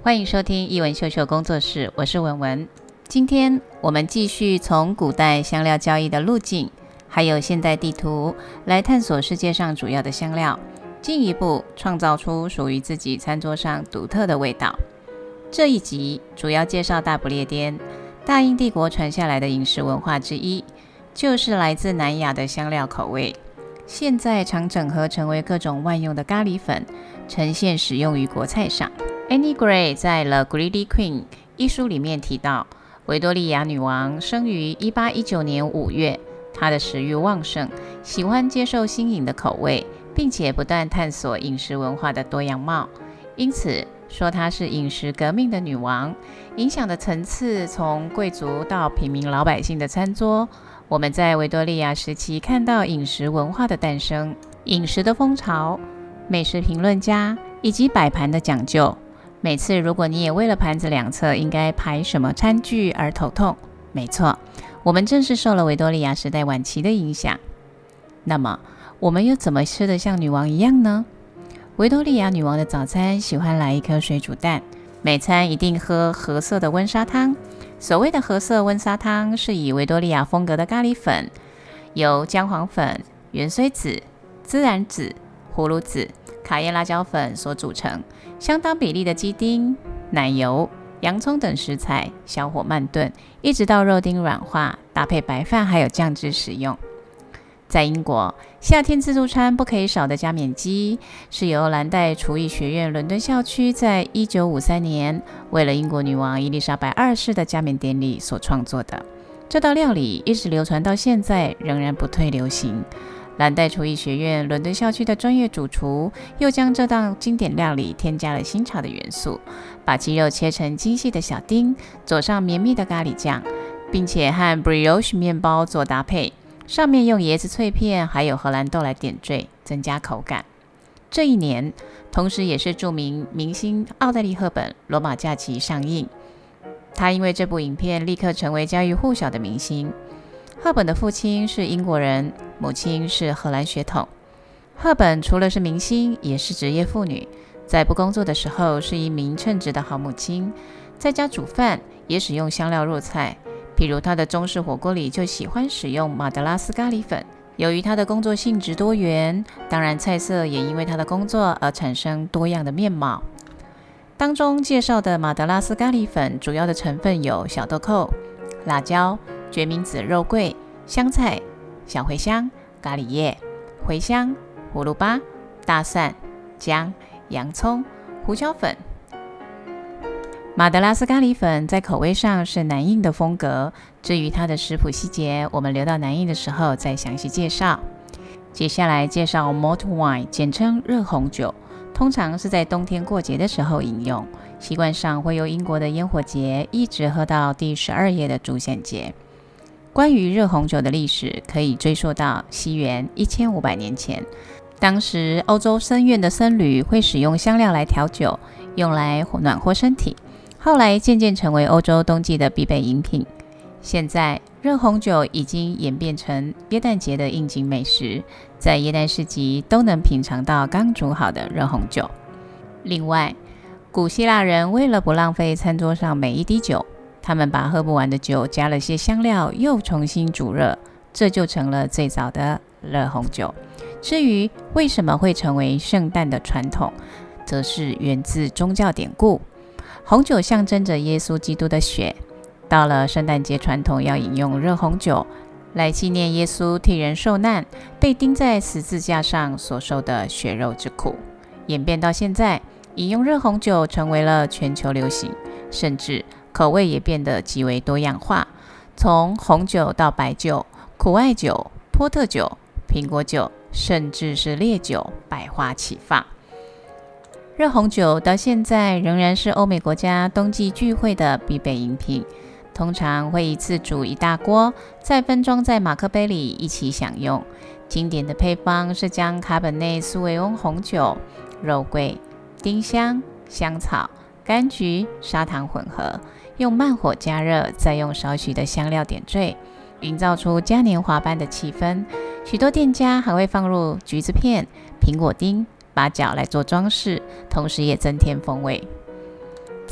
欢迎收听艺文秀秀工作室，我是文文。今天我们继续从古代香料交易的路径，还有现代地图来探索世界上主要的香料，进一步创造出属于自己餐桌上独特的味道。这一集主要介绍大不列颠，大英帝国传下来的饮食文化之一，就是来自南亚的香料口味。现在常整合成为各种万用的咖喱粉，呈现使用于国菜上。Annie Gray 在《The Greedy Queen》一书里面提到，维多利亚女王生于1819年5月，她的食欲旺盛，喜欢接受新颖的口味，并且不断探索饮食文化的多样貌，因此说她是饮食革命的女王，影响的层次从贵族到平民老百姓的餐桌。我们在维多利亚时期看到饮食文化的诞生，饮食的风潮，美食评论家以及摆盘的讲究。每次如果你也为了盘子两侧应该排什么餐具而头痛，没错，我们正是受了维多利亚时代晚期的影响。那么我们又怎么吃得像女王一样呢？维多利亚女王的早餐喜欢来一颗水煮蛋，每餐一定喝褐色的温砂汤。所谓的褐色温砂汤是以维多利亚风格的咖喱粉，由姜黄粉、芫荽籽、孜然籽、葫芦籽、卡叶辣椒粉所组成，相当比例的鸡丁、奶油、洋葱等食材，小火慢炖，一直到肉丁软化，搭配白饭还有酱汁食用。在英国，夏天自助餐不可以少的加冕鸡，是由蓝带厨艺学院伦敦校区在1953年为了英国女王伊丽莎白2世的加冕典礼所创作的。这道料理一直流传到现在，仍然不退流行。蓝带厨艺学院伦敦校区的专业主厨又将这道经典料理添加了新潮的元素，把鸡肉切成精细的小丁，佐上绵密的咖喱酱，并且和 brioche 面包做搭配，上面用椰子脆片还有荷兰豆来点缀，增加口感。这一年同时也是著名明星奥黛丽·赫本罗马假期上映，她因为这部影片立刻成为家喻户晓的明星。赫本的父亲是英国人，母亲是荷兰血统。赫本除了是明星，也是职业妇女，在不工作的时候是一名称职的好母亲，在家煮饭也使用香料入菜，譬如她的中式火锅里就喜欢使用马德拉斯咖喱粉。由于她的工作性质多元，当然菜色也因为她的工作而产生多样的面貌。当中介绍的马德拉斯咖喱粉主要的成分有小豆蔻、辣椒、决明子、肉桂、香菜、小茴香、咖喱叶、茴香、葫芦巴、大蒜、姜、洋葱、胡椒粉。马德拉斯咖喱粉在口味上是南印的风格，至于它的食谱细节，我们留到南印的时候再详细介绍。接下来介绍 Malt Wine， 简称热红酒，通常是在冬天过节的时候饮用，习惯上会由英国的烟火节一直喝到第12夜的主显节。关于热红酒的历史可以追溯到西元1500年前，当时欧洲僧院的僧侣会使用香料来调酒，用来暖和身体，后来渐渐成为欧洲冬季的必备饮品。现在热红酒已经演变成耶诞节的应景美食，在耶诞市集都能品尝到刚煮好的热红酒。另外，古希腊人为了不浪费餐桌上每一滴酒，他们把喝不完的酒加了些香料，又重新煮热，这就成了最早的热红酒。至于为什么会成为圣诞的传统，则是源自宗教典故。红酒象征着耶稣基督的血，到了圣诞节传统要饮用热红酒，来纪念耶稣替人受难，被钉在十字架上所受的血肉之苦。演变到现在，饮用热红酒成为了全球流行，甚至口味也变得极为多样化，从红酒到白酒、苦艾酒、波特酒、苹果酒，甚至是烈酒，百花齐放。热红酒到现在仍然是欧美国家冬季聚会的必备饮品，通常会一次煮一大锅，再分装在马克杯里一起享用。经典的配方是将卡本内苏维翁红酒、肉桂、丁香、香草、柑橘、砂糖混合，用慢火加热，再用少许的香料点缀，营造出嘉年华般的气氛。许多店家还会放入橘子片、苹果丁、八角来做装饰，同时也增添风味。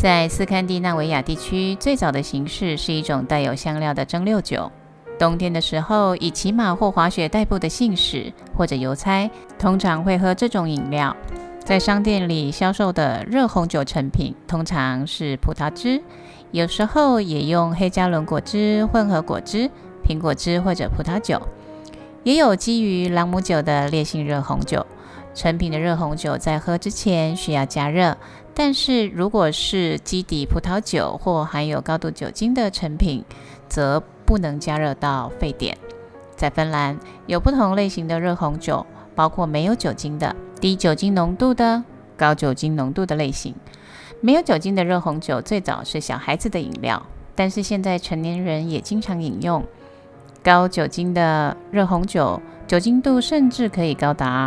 在斯堪的纳维亚地区，最早的形式是一种带有香料的蒸馏酒。冬天的时候，以骑马或滑雪代步的信使或者邮差，通常会喝这种饮料。在商店里销售的热红酒成品，通常是葡萄汁，有时候也用黑加仑果汁、混合果汁、苹果汁或者葡萄酒。也有基于朗姆酒的烈性热红酒。成品的热红酒在喝之前需要加热，但是如果是基底葡萄酒或含有高度酒精的成品，则不能加热到沸点。在芬兰有不同类型的热红酒，包括没有酒精的、低酒精浓度的、高酒精浓度的类型。没有酒精的热红酒最早是小孩子的饮料，但是现在成年人也经常饮用。高酒精的热红酒酒精度甚至可以高达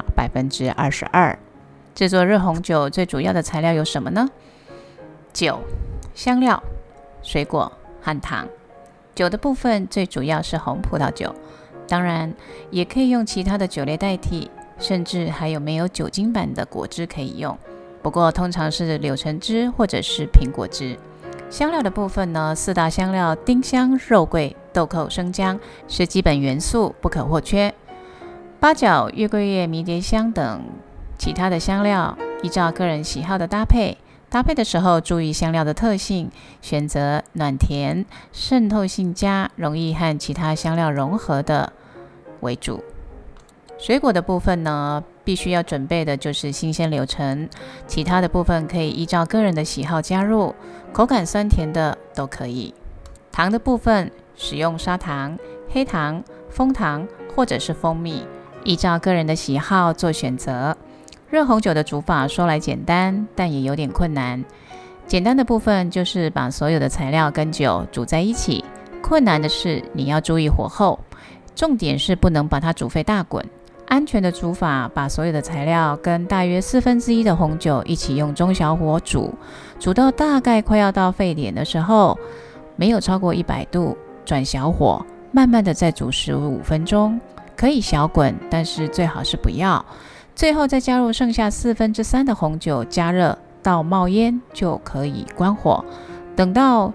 22%。 制作热红酒最主要的材料有什么呢？酒、香料、水果和糖。酒的部分最主要是红葡萄酒，当然也可以用其他的酒类代替，甚至还有没有酒精版的果汁可以用，不过通常是柳橙汁或者是苹果汁。香料的部分呢，4大香料丁香、肉桂、豆蔻、生姜是基本元素，不可或缺。八角、月桂叶、迷迭香等其他的香料，依照个人喜好的搭配的时候注意香料的特性，选择暖甜、渗透性佳、容易和其他香料融合的为主。水果的部分呢，必须要准备的就是新鲜柳橙，其他的部分可以依照个人的喜好加入，口感酸甜的都可以。糖的部分使用砂糖、黑糖、枫糖或者是蜂蜜，依照个人的喜好做选择。热红酒的煮法说来简单，但也有点困难。简单的部分就是把所有的材料跟酒煮在一起，困难的是你要注意火候，重点是不能把它煮沸大滚。安全的煮法，把所有的材料跟大约1/4的红酒一起用中小火煮，煮到大概快要到沸点的时候，没有超过100度，转小火，慢慢的再煮15分钟，可以小滚，但是最好是不要。最后再加入剩下3/4的红酒，加热到冒烟就可以关火。等到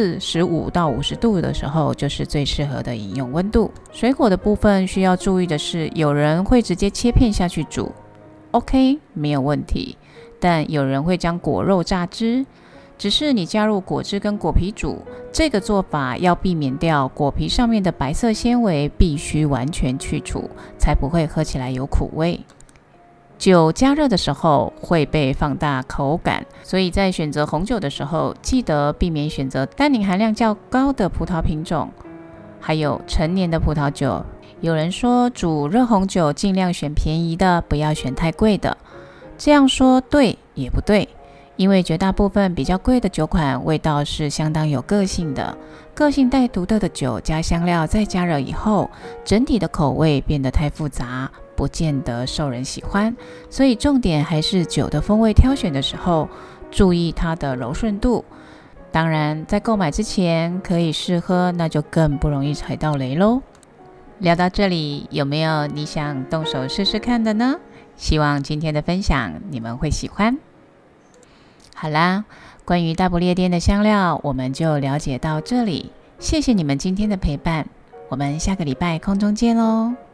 45到50度的时候，就是最适合的饮用温度。水果的部分需要注意的是，有人会直接切片下去煮 ，OK， 没有问题。但有人会将果肉榨汁，只是你加入果汁跟果皮煮，这个做法要避免掉果皮上面的白色纤维，必须完全去除，才不会喝起来有苦味。酒加热的时候会被放大口感，所以在选择红酒的时候，记得避免选择单宁含量较高的葡萄品种，还有陈年的葡萄酒。有人说煮热红酒尽量选便宜的，不要选太贵的。这样说对也不对，因为绝大部分比较贵的酒款味道是相当有个性的，个性带独特的酒加香料再加热以后，整体的口味变得太复杂，不见得受人喜欢。所以重点还是酒的风味挑选的时候，注意它的柔顺度。当然在购买之前可以试喝，那就更不容易踩到雷咯。聊到这里，有没有你想动手试试看的呢？希望今天的分享你们会喜欢。好啦，关于大不列颠的香料我们就了解到这里，谢谢你们今天的陪伴，我们下个礼拜空中见咯。